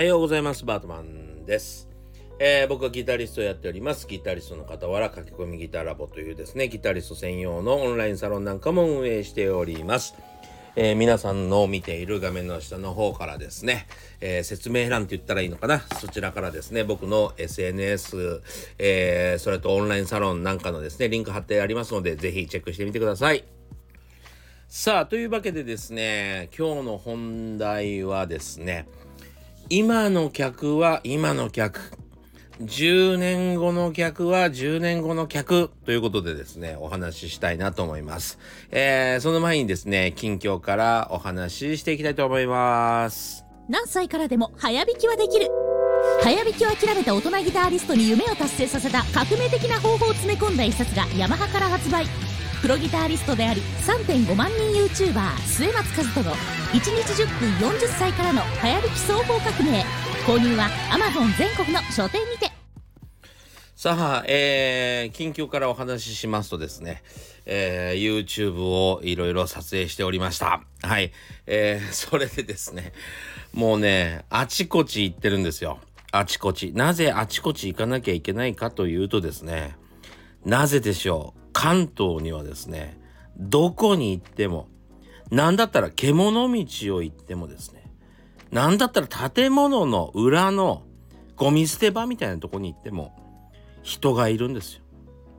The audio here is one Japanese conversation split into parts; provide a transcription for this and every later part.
はようございます。バートマンです。僕はギタリストをやっております。ギタリストの傍ら駆け込みギターラボというですね、ギタリスト専用のオンラインサロンなんかも運営しております。皆さんの見ている画面の下の方からですね、説明欄って言ったらいいのかな、そちらからですね、僕の SNS、それとオンラインサロンなんかのですねリンク貼ってありますので、ぜひチェックしてみてください。さあ、というわけでですね、今日の本題はですね、今の客は今の客、10年後の客は10年後の客ということでですね、お話ししたいなと思います。その前にですね、近況からお話ししていきたいと思います。 何歳からでも早弾きはできる。早弾きを諦めた大人ギタリストに夢を達成させた革命的な方法を詰め込んだ一冊がヤマハから発売。プロギタリストであり 3.5 万人 YouTuber 末松和人の1日10分40歳からの早弾き双方革命。購入は Amazon 全国の書店にて。 さあ、近況からお話ししますとですね、YouTube をいろいろ撮影しておりました。はい、それでですね、もうね、あちこち行ってるんですよ。あちこち。なぜあちこち行かなきゃいけないかというとですね、なぜでしょう。関東にはですね、どこに行っても、なんだったら獣道を行ってもですね、なんだったら建物の裏のゴミ捨て場みたいなとこに行っても人がいるんですよ。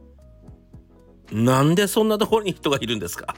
なんでそんなところに人がいるんですか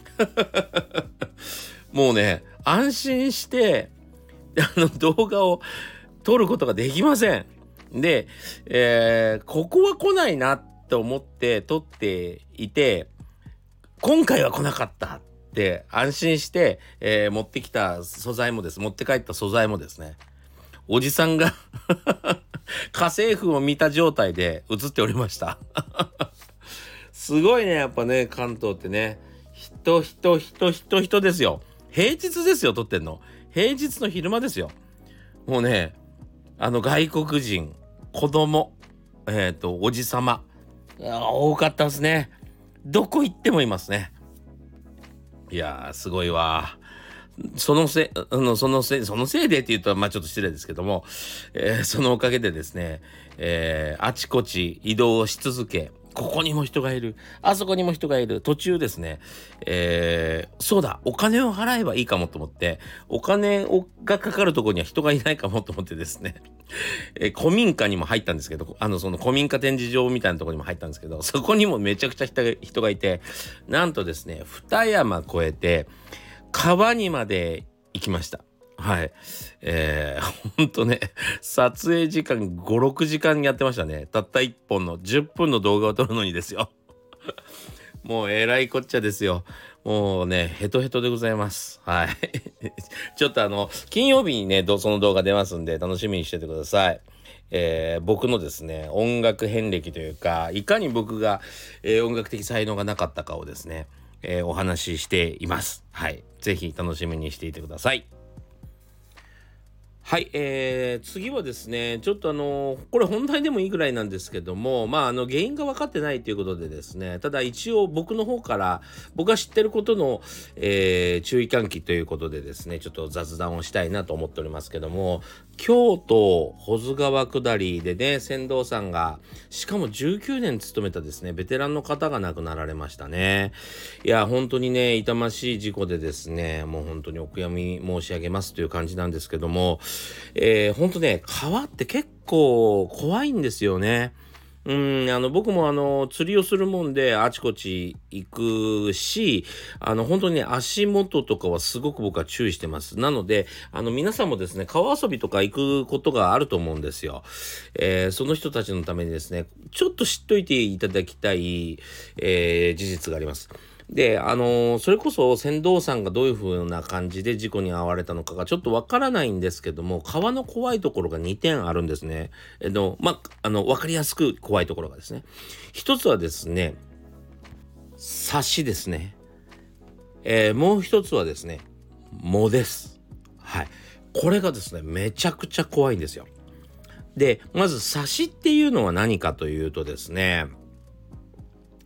もうね、安心して動画を撮ることができません。で、ここは来ないなと思って撮っていて、今回は来なかったって安心して、持って帰った素材もですね、おじさんが家政婦を見た状態で映っておりましたすごいね、やっぱね、関東ってね、人ですよ。平日ですよ、撮ってんの。平日の昼間ですよ。もうね、外国人、子供、おじさま、多かったですね。どこ行ってもいますね。いやー、すごいわ。そのせいでって言うとちょっと失礼ですけども、そのおかげでですね、あちこち移動し続け、ここにも人がいる、あそこにも人がいる途中ですね、そうだ、お金を払えばいいかもと思って、お金がかかるところには人がいないかもと思ってですね、古民家にも入ったんですけど、その古民家展示場みたいなところにも入ったんですけど、そこにもめちゃくちゃ人がいて、なんとですね、二山越えて川にまで行きました。はい。ほんとね、撮影時間5、6時間やってましたね。たった1本の10分の動画を撮るのにですよ。もうえらいこっちゃですよ。もうね、ヘトヘトでございます。はい。ちょっと金曜日にね、その動画出ますんで、楽しみにしててください。僕のですね、音楽遍歴というか、いかに僕が、音楽的才能がなかったかをですね、お話ししています。はい。ぜひ楽しみにしていてください。はい、次はですね、ちょっとこれ本題でもいいぐらいなんですけども、原因が分かってないということでですね、ただ一応僕の方から僕が知ってることの、注意喚起ということでですね、ちょっと雑談をしたいなと思っておりますけども、京都保津川下りでね、船頭さんがしかも19年勤めたですねベテランの方が亡くなられましたね。いや、本当にね、痛ましい事故でですね、もう本当にお悔やみ申し上げますという感じなんですけども、本当ね、川って結構怖いんですよね。僕も釣りをするもんであちこち行くし、本当にね、足元とかはすごく僕は注意してます。なので、皆さんもですね、川遊びとか行くことがあると思うんですよ。その人たちのためにですね、ちょっと知っといていただきたい、事実があります。で、それこそ船頭さんがどういう風な感じで事故に遭われたのかがちょっとわからないんですけども、川の怖いところが2点あるんですね。わかりやすく怖いところがですね。一つはですね、サシですね。もう一つはですね、藻です。はい。これがですね、めちゃくちゃ怖いんですよ。で、まずサシっていうのは何かというとですね、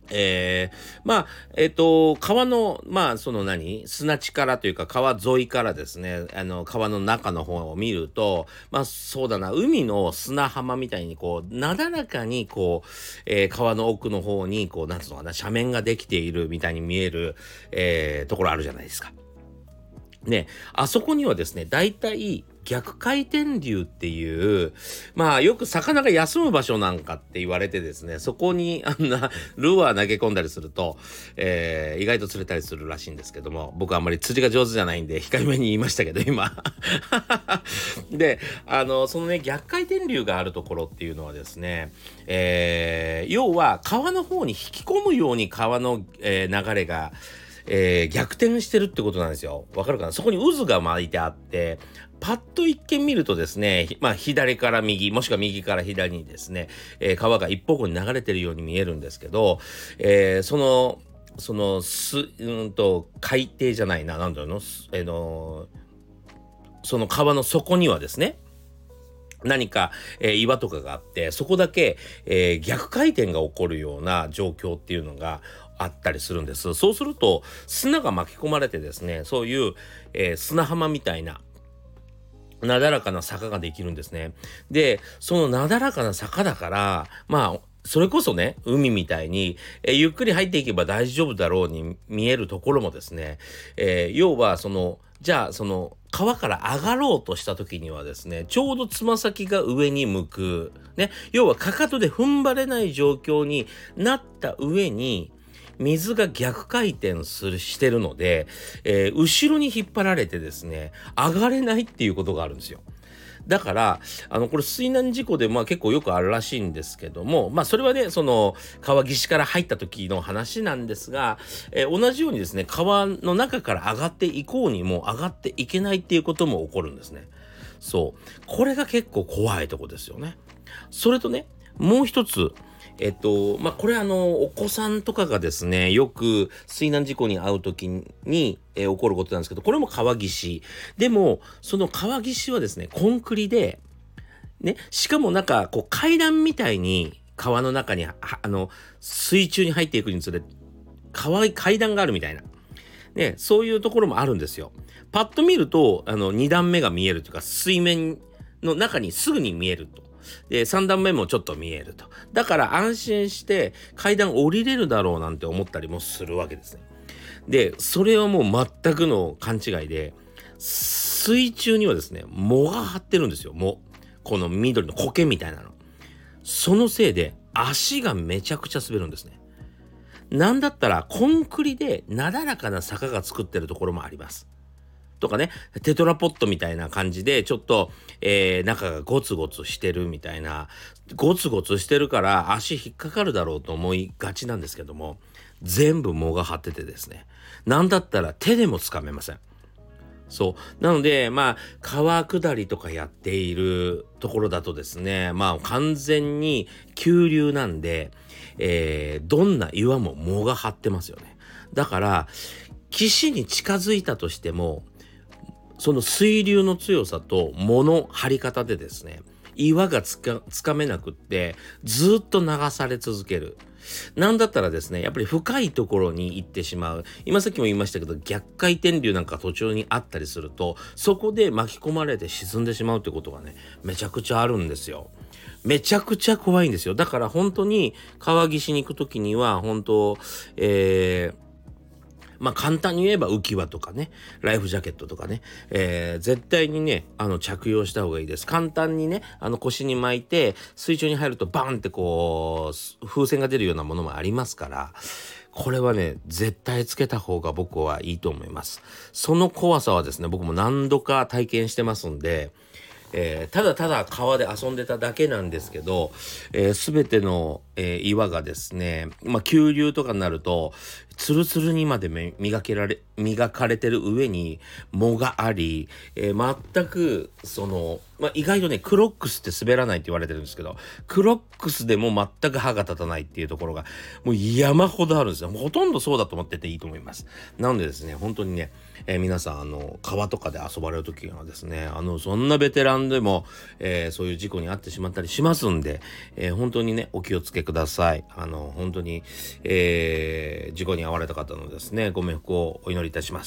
まあ、川の、まあ、その砂地からというか川沿いからですね、川の中の方を見ると、まあ、そうだな、海の砂浜みたいになだらかに川の奥の方に、なんつうのかな、斜面ができているみたいに見える、ところあるじゃないですか。ね、あそこにはですね、だいたい逆回転流っていう、まあよく魚が休む場所なんかって言われてですね、そこにあんなルアー投げ込んだりすると、意外と釣れたりするらしいんですけども、僕はあんまり釣りが上手じゃないんで控えめに言いましたけど今で、そのね、逆回転流があるところっていうのはですね、要は川の方に引き込むように川の、流れが逆転してるってことなんですよ。わかるかな？そこに渦が巻いてあって、パッと一見見るとですね、まあ左から右、もしくは右から左にですね、川が一方向に流れてるように見えるんですけど、海底じゃないな、なんだろうの、その川の底にはですね、何か、岩とかがあって、そこだけ、逆回転が起こるような状況っていうのがあったりするんです。そうすると砂が巻き込まれてですね、そういう、砂浜みたいななだらかな坂ができるんですね。で、そのなだらかな坂だから、まあそれこそね、海みたいに、ゆっくり入っていけば大丈夫だろうに見えるところもですね、要はじゃあ川から上がろうとした時にはですね、ちょうどつま先が上に向く。ね、要はかかとで踏ん張れない状況になった上に、水が逆回転してるので、後ろに引っ張られてですね、上がれないっていうことがあるんですよ。だから、これ水難事故で結構よくあるらしいんですけども、それはね、川岸から入った時の話なんですが、同じようにですね、川の中から上がっていこうにも上がっていけないっていうことも起こるんですね。そう。これが結構怖いとこですよね。それとね、もう一つ、これお子さんとかがですね、よく水難事故に遭う時に、起こることなんですけど、これも川岸。でも、その川岸はですね、コンクリで、ね、しかも階段みたいに川の中に、水中に入っていくにつれ、階段があるみたいな。ね、そういうところもあるんですよ。パッと見ると、2段目が見えるというか、水面の中にすぐに見えると。で、3段目もちょっと見えると。だから安心して階段降りれるだろうなんて思ったりもするわけですね。で、それはもう全くの勘違いで、水中にはですね、藻が張ってるんですよ。藻。この緑の苔みたいなの。そのせいで足がめちゃくちゃ滑るんですね。なんだったらコンクリでなだらかな坂が作ってるところもあります。とかね、テトラポットみたいな感じでちょっと、中がゴツゴツしてるみたいな、ゴツゴツしてるから足引っかかるだろうと思いがちなんですけども、全部藻が張っててですね、なんだったら手でもつかめません。そう。なので、川下りとかやっているところだとですね、完全に急流なんで、どんな岩も藻が張ってますよね。だから、岸に近づいたとしても、その水流の強さと藻の張り方でですね、岩がつかめなくってずっと流され続ける。なんだったらですね、やっぱり深いところに行ってしまう。今さっきも言いましたけど、逆回転流なんか途中にあったりすると、そこで巻き込まれて沈んでしまうってことがね、めちゃくちゃあるんですよ。めちゃくちゃ怖いんですよ。だから本当に川岸に行くときには本当、簡単に言えば浮き輪とかね、ライフジャケットとかね、絶対にね、着用した方がいいです。簡単にね、腰に巻いて、水中に入るとバーンって風船が出るようなものもありますから、これはね、絶対つけた方が僕はいいと思います。その怖さはですね、僕も何度か体験してますんで、ただただ川で遊んでただけなんですけど、全ての、岩がですね、急流とかになるとツルツルにまで磨かれてる上に藻があり、全く意外とねクロックスって滑らないって言われてるんですけど、クロックスでも全く歯が立たないっていうところがもう山ほどあるんですよ。もうほとんどそうだと思ってていいと思います。なのでですね、本当にね、皆さん川とかで遊ばれる時はですね、そんなベテランでも、そういう事故に遭ってしまったりしますんで、本当にねお気をつけください。本当に、事故に遭われた方のですねご冥福をお祈りいたします。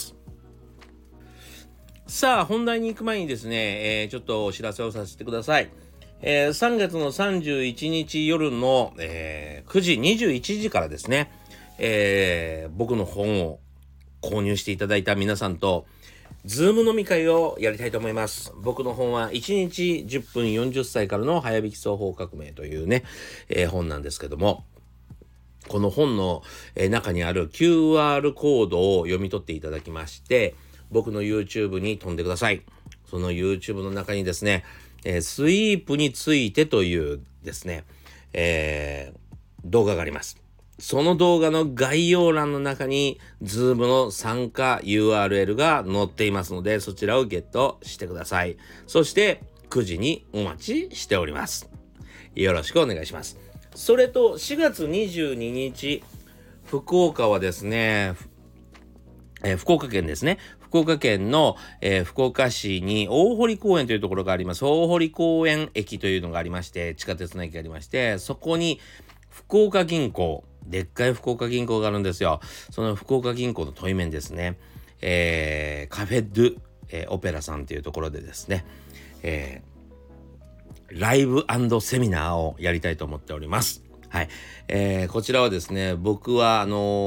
さあ本題に行く前にですね、ちょっとお知らせをさせてください。3月の31日夜の、9時21時からですね、僕の本を購入していただいた皆さんとズーム飲み会をやりたいと思います。僕の本は1日10分40歳からの早引き双方革命というね、本なんですけども、この本の中にある QR コードを読み取っていただきまして、僕の YouTube に飛んでください。その YouTube の中にですね、スイープについてというですね、動画があります。その動画の概要欄の中に Zoom の参加 URL が載っていますので、そちらをゲットしてください。そして9時にお待ちしております。よろしくお願いします。それと4月22日福岡はですね、福岡県ですね。福岡県の、福岡市に大堀公園というところがあります。大堀公園駅というのがありまして、地下鉄の駅がありまして、そこに福岡銀行、でっかい福岡銀行があるんですよ。その福岡銀行の対面ですね、カフェドゥ、オペラさんというところでですね、ライブ&セミナーをやりたいと思っております。はい、こちらはですね、僕は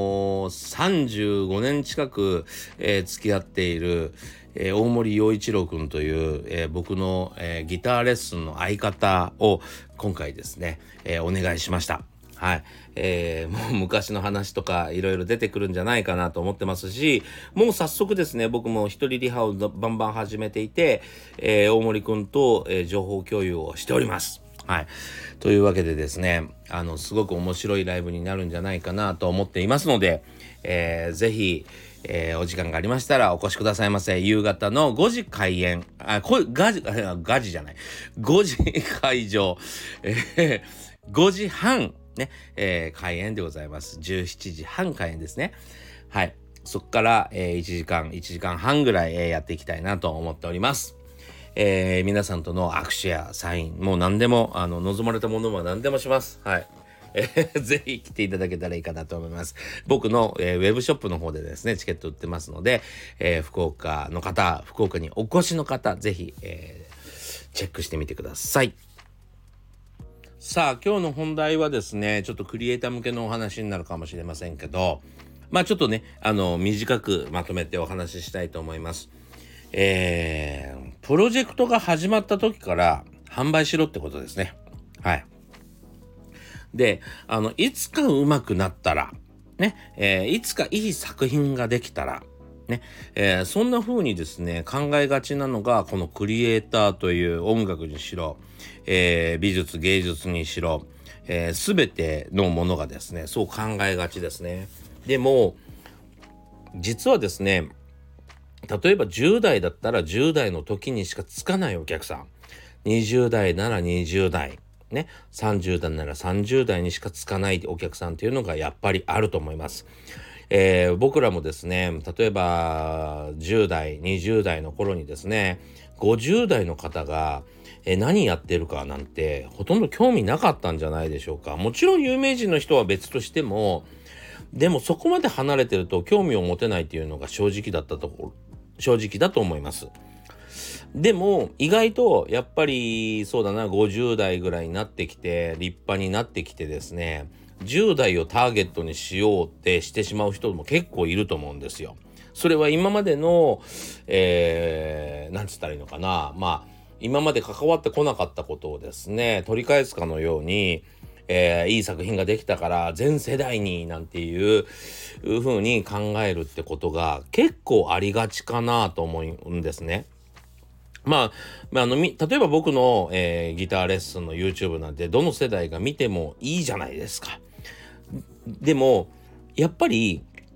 35年近く、付き合っている、大森陽一郎くんという、僕の、ギターレッスンの相方を今回ですね、お願いしました。はい、もう昔の話とかいろいろ出てくるんじゃないかなと思ってますし、もう早速ですね、僕も一人リハをバンバン始めていて、大森くんと、情報共有をしております。はい。というわけでですね、すごく面白いライブになるんじゃないかなと思っていますので、ぜひ、お時間がありましたらお越しくださいませ。夕方の5時開演、5時じゃない。5時会場、5時半、ね、開演でございます。17時半開演ですね。はい。そこから、1時間半ぐらい、やっていきたいなと思っております。皆さんとの握手やサイン、もう何でも望まれたものは何でもします。はい。ぜひ来ていただけたらいいかなと思います。僕の、ウェブショップの方でですねチケット売ってますので、福岡の方、福岡にお越しの方、ぜひ、チェックしてみてください。さあ今日の本題はですね、ちょっとクリエイター向けのお話になるかもしれませんけど、ちょっとね短くまとめてお話ししたいと思います。プロジェクトが始まった時から販売しろってことですね。はい。で、いつか上手くなったらね、いつかいい作品ができたらね、そんな風にですね考えがちなのがこのクリエイターという音楽にしろ、美術芸術にしろ、全てのものがですねそう考えがちですね。でも実はですね、例えば10代だったら10代の時にしかつかないお客さん、20代なら20代ね、30代なら30代にしかつかないお客さんっていうのがやっぱりあると思います。僕らもですね、例えば10代20代の頃にですね50代の方が何やってるかなんてほとんど興味なかったんじゃないでしょうか。もちろん有名人の人は別としても、でもそこまで離れてると興味を持てないっていうのが正直だと思います。でも意外とやっぱりそうだな、50代ぐらいになってきて立派になってきてですね、10代をターゲットにしようってしてしまう人も結構いると思うんですよ。それは今までの、なんつったらいいのかな、今まで関わってこなかったことをですね取り返すかのように、いい作品ができたから全世代になんていう風に考えるってことが結構ありがちかなと思うんですね。例えば僕の、ギターレッスンの YouTube なんてどの世代が見てもいいじゃないですか。でもやっぱり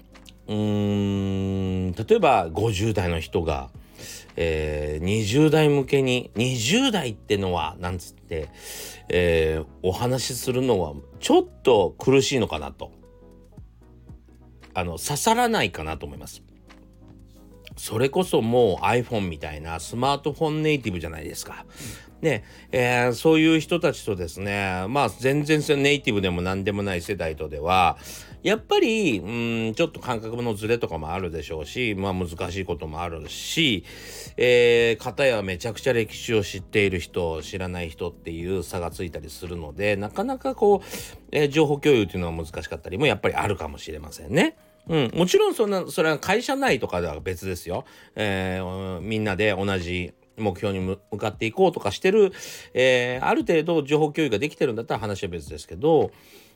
例えば50代の人が、20代向けに20代ってのはなんつって、お話しするのはちょっと苦しいのかなと、刺さらないかなと思います。それこそもう iPhone みたいなスマートフォンネイティブじゃないですか。ね、そういう人たちとですね、全然ネイティブでも何でもない世代とではやっぱりちょっと感覚のズレとかもあるでしょうし、難しいこともあるし、片やめちゃくちゃ歴史を知っている人、知らない人っていう差がついたりするので、なかなか情報共有っていうのは難しかったりもやっぱりあるかもしれませんね。もちろんそれは会社内とかでは別ですよ。みんなで同じ目標に向かっていこうとかしてる、ある程度情報共有ができてるんだったら話は別ですけど、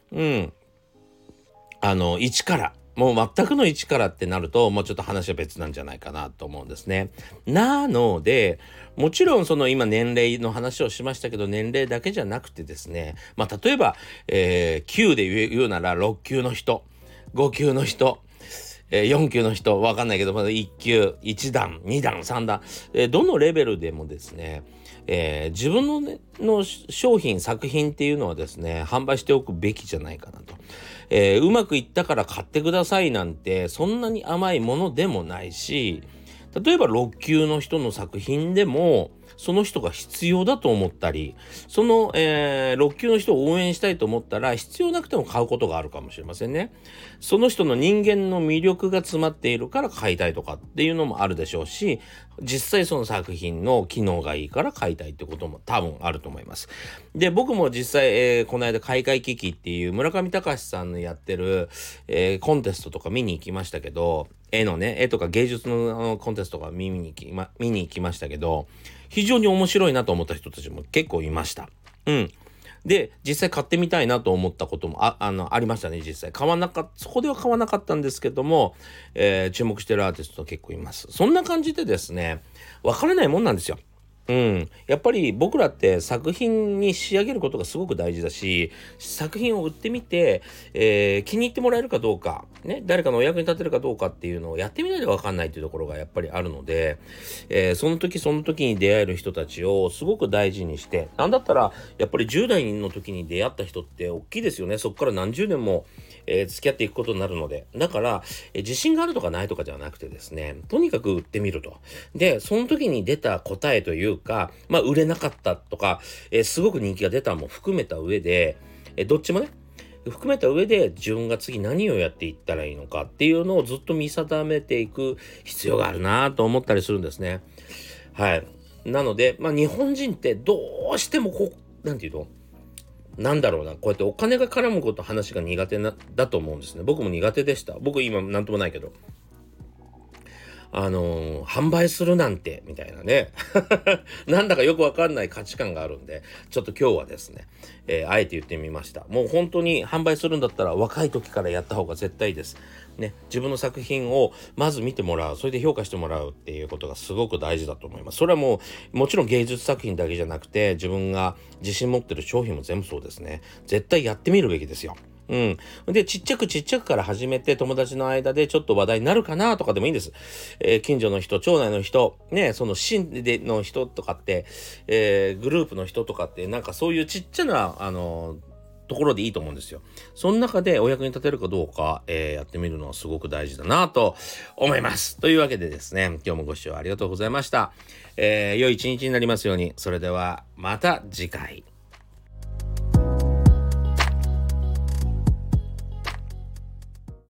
一からもう全くの一からってなるともうちょっと話は別なんじゃないかなと思うんですね。なのでもちろん今年齢の話をしましたけど、年齢だけじゃなくてですね、例えば、級で言うなら6級の人、5級の人、4級の人、わかんないけど1級、1段、2段、3段、どのレベルでもですね、自分の商品作品っていうのはですね販売しておくべきじゃないかなと。うまくいったから買ってくださいなんてそんなに甘いものでもないし、例えば6級の人の作品でもその人が必要だと思ったり、6級の人を応援したいと思ったら必要なくても買うことがあるかもしれませんね。その人の人間の魅力が詰まっているから買いたいとかっていうのもあるでしょうし、実際その作品の機能がいいから買いたいってことも多分あると思います。で、僕も実際、この間開会危機っていう村上隆さんのやってる、コンテストとか見に行きましたけど、絵とか芸術のコンテストとか見に行きましたけど、非常に面白いなと思った人たちも結構いました。で、実際買ってみたいなと思ったこともありましたね。実際そこでは買わなかったんですけども、注目してるアーティスト結構います。そんな感じでですね、分からないもんなんですよ。やっぱり僕らって作品に仕上げることがすごく大事だし、作品を売ってみて、気に入ってもらえるかどうか、ね、誰かのお役に立てるかどうかっていうのをやってみないと分かんないっていうところがやっぱりあるので、その時その時に出会える人たちをすごく大事にして、なんだったらやっぱり10代の時に出会った人って大きいですよね。そこから何十年も、付き合っていくことになるので、だから、自信があるとかないとかじゃなくてですね、とにかく売ってみると。で、その時に出た答えというか、売れなかったとか、すごく人気が出たも含めた上で、どっちもね含めた上で自分が次何をやっていったらいいのかっていうのをずっと見定めていく必要があるなと思ったりするんですね。はい。なので、日本人ってどうしてもなんていうの、なんだろうな、こうやってお金が絡むこと話が苦手だと思うんですね。僕も苦手でした。僕今なんともないけど。販売するなんてみたいなねなんだかよくわかんない価値観があるんで、ちょっと今日はですね、あえて言ってみました。もう本当に販売するんだったら若い時からやった方が絶対いいですね。自分の作品をまず見てもらう、それで評価してもらうっていうことがすごく大事だと思います。それはもちろん芸術作品だけじゃなくて、自分が自信持ってる商品も全部そうですね。絶対やってみるべきですよ。で、ちっちゃくから始めて、友達の間でちょっと話題になるかなとかでもいいんです。近所の人、町内の人、ね、その市の人とかって、グループの人とかって、なんかそういうちっちゃな、ところでいいと思うんですよ。その中でお役に立てるかどうか、やってみるのはすごく大事だなと思います。というわけでですね、今日もご視聴ありがとうございました。良い一日になりますように。それではまた次回。